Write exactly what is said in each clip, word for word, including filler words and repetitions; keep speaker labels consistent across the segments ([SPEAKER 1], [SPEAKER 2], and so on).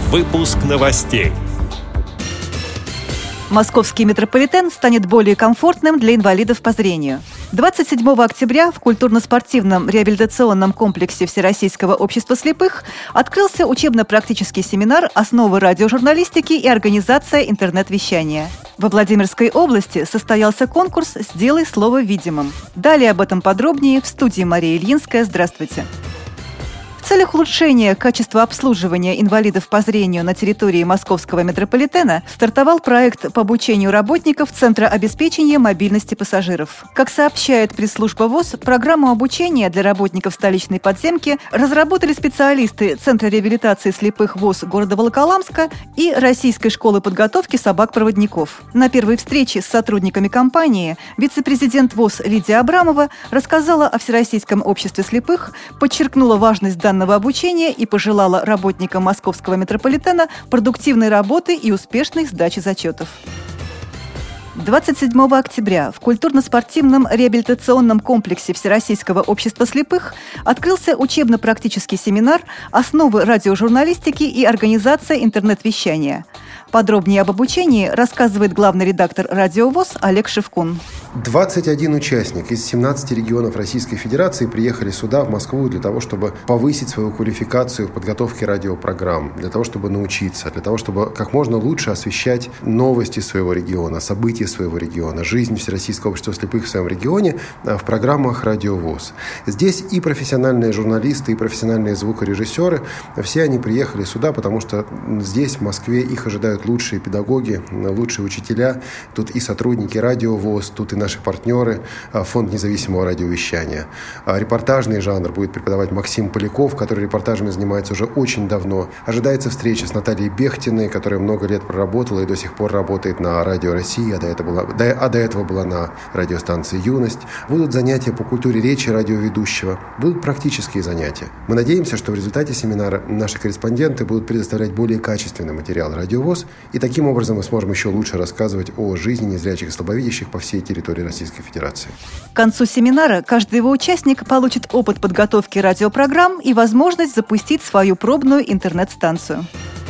[SPEAKER 1] Выпуск новостей.
[SPEAKER 2] Московский метрополитен станет более комфортным для инвалидов по зрению. двадцать седьмого октября в культурно-спортивном реабилитационном комплексе Всероссийского общества слепых открылся учебно-практический семинар «Основы радиожурналистики и организация интернет-вещания». Во Владимирской области состоялся конкурс «Сделай слово видимым». Далее об этом подробнее в студии Мария Ильинская. Здравствуйте. В целях улучшения качества обслуживания инвалидов по зрению на территории Московского метрополитена стартовал проект по обучению работников Центра обеспечения мобильности пассажиров. Как сообщает пресс-служба ВОС, программу обучения для работников столичной подземки разработали специалисты Центра реабилитации слепых ВОС города Волоколамска и Российской школы подготовки собак-проводников. На первой встрече с сотрудниками компании вице-президент ВОС Лидия Абрамова рассказала о Всероссийском обществе слепых, подчеркнула важность данного обучения и пожелала работникам Московского метрополитена продуктивной работы и успешной сдачи зачетов. двадцать седьмого октября в культурно-спортивном реабилитационном комплексе Всероссийского общества слепых открылся учебно-практический семинар «Основы радиожурналистики и организация интернет-вещания». Подробнее об обучении рассказывает главный редактор Радио ВОС Олег Шевкун.
[SPEAKER 3] двадцать один участник из семнадцати регионов Российской Федерации приехали сюда, в Москву, для того, чтобы повысить свою квалификацию в подготовке радиопрограмм, для того, чтобы научиться, для того, чтобы как можно лучше освещать новости своего региона, события своего региона, жизнь Всероссийского общества слепых в своем регионе в программах Радио ВОС. Здесь и профессиональные журналисты, и профессиональные звукорежиссеры, все они приехали сюда, потому что здесь, в Москве, их ожидают лучшие педагоги, лучшие учителя. Тут и сотрудники Радио ВОС, тут и наши партнеры, Фонд независимого радиовещания. Репортажный жанр будет преподавать Максим Поляков, который репортажами занимается уже очень давно. Ожидается встреча с Натальей Бехтиной, которая много лет проработала и до сих пор работает на Радио России, а до этого была, до, а до этого была на радиостанции «Юность». Будут занятия по культуре речи радиоведущего, будут практические занятия. Мы надеемся, что в результате семинара наши корреспонденты будут предоставлять более качественный материал Радио ВОС, и таким образом мы сможем еще лучше рассказывать о жизни незрячих и слабовидящих по всей территории Российской Федерации.
[SPEAKER 2] К концу семинара каждый его участник получит опыт подготовки радиопрограмм и возможность запустить свою пробную интернет-станцию.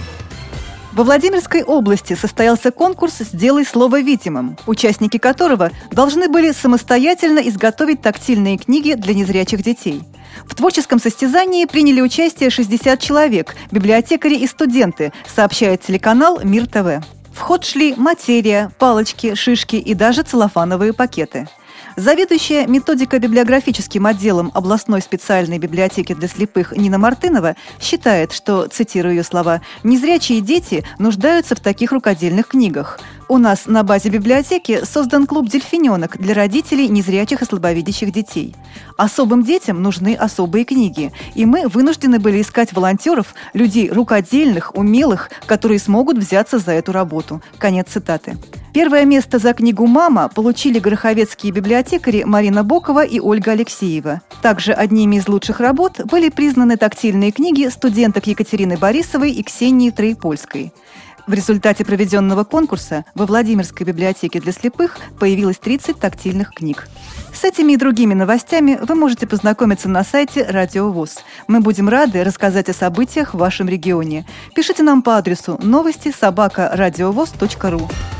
[SPEAKER 2] Во Владимирской области состоялся конкурс «Сделай слово видимым», участники которого должны были самостоятельно изготовить тактильные книги для незрячих детей. В творческом состязании приняли участие шестьдесят человек, библиотекари и студенты, сообщает телеканал Мир ТВ. В ход шли материя, палочки, шишки и даже целлофановые пакеты. Заведующая методико-библиографическим отделом областной специальной библиотеки для слепых Нина Мартынова считает, что, цитирую ее слова, «незрячие дети нуждаются в таких рукодельных книгах. У нас на базе библиотеки создан клуб «Дельфиненок» для родителей незрячих и слабовидящих детей. Особым детям нужны особые книги, и мы вынуждены были искать волонтеров, людей рукодельных, умелых, которые смогут взяться за эту работу». Конец цитаты. Первое место за книгу «Мама» получили гороховецкие библиотекари Марина Бокова и Ольга Алексеева. Также одними из лучших работ были признаны тактильные книги студенток Екатерины Борисовой и Ксении Троепольской. В результате проведенного конкурса во Владимирской библиотеке для слепых появилось тридцать тактильных книг. С этими и другими новостями вы можете познакомиться на сайте Радио ВОС. Мы будем рады рассказать о событиях в вашем регионе. Пишите нам по адресу новости собака радиовос точка ру.